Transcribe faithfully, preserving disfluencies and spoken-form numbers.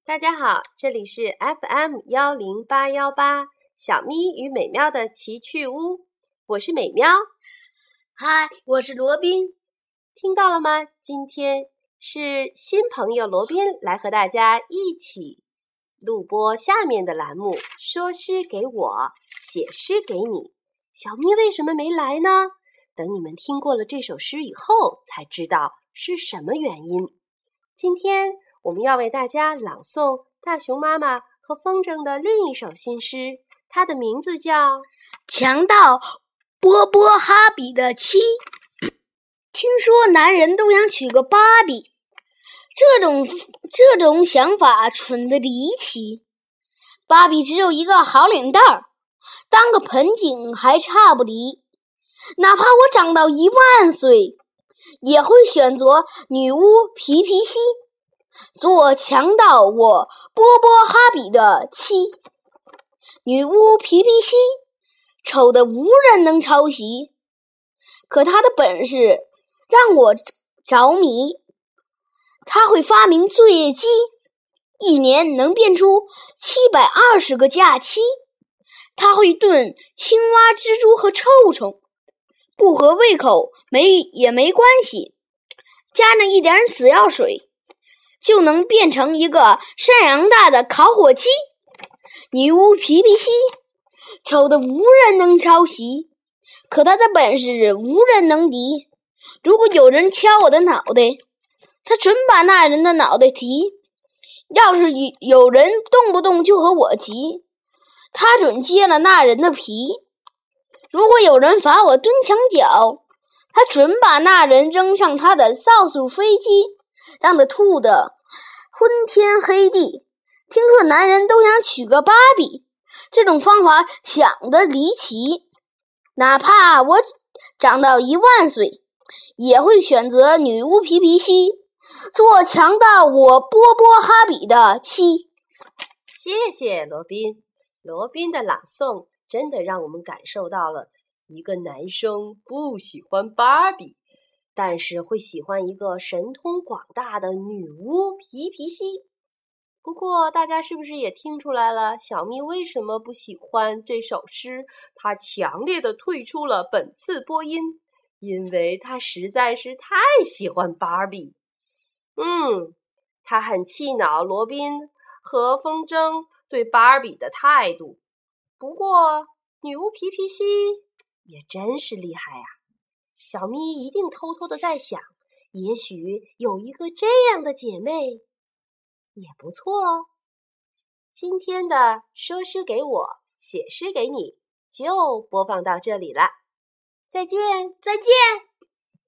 大家好，这里是 F M 一零八一八小咪与美妙的奇趣屋，我是美妙。 嗨，我是罗宾。 听到了吗？今天是新朋友罗宾来和大家一起录播下面的栏目，说诗给我，写诗给你。小咪为什么没来呢？等你们听过了这首诗以后才知道是什么原因。今天我们要为大家朗诵大熊妈妈和风筝的另一首新诗，它的名字叫《 强盗波波哈比的妻》。听说男人都想娶个芭比，这种这种想法蠢得离奇。芭比只有一个好脸蛋儿，当个盆景还差不离。哪怕我长到一万岁，也会选择女巫皮皮西，做强盗我波波哈比的妻。女巫皮皮西丑得无人能抄袭，可她的本事让我着迷。她会发明作业机，一年能变出七百二十个假期。她会炖青蛙、蜘蛛和臭虫，不合胃口没也没关系，加上一点紫药水，就能变成一个山羊大的烤火鸡。女巫皮皮西丑得无人能抄袭，可她的本事无人能敌。如果有人敲我的脑袋，她准把那人的脑袋提。要是有人动不动就和我急，她准揭了那人的皮。如果有人罚我蹲墙角，她准把那人扔上他的造速飞机，让他吐得昏天黑地。听说男人都想娶个芭比，这种方法想得离奇。哪怕我长到一万岁，也会选择女巫皮皮西，做强盗我波波哈比的妻。 谢谢罗宾。罗宾的朗诵真的让我们感受到了一个男生不喜欢芭比，但是会喜欢一个神通广大的女巫皮皮西。不过大家是不是也听出来了，小咪为什么不喜欢这首诗？他强烈的退出了本次播音，因为他实在是太喜欢芭比。嗯，他很气恼罗宾和风筝对芭比的态度。不过女巫皮皮西也真是厉害呀！小咪一定偷偷的在想，也许有一个这样的姐妹也不错哦。今天的说诗给我，写诗给你就播放到这里了，再见， 再见。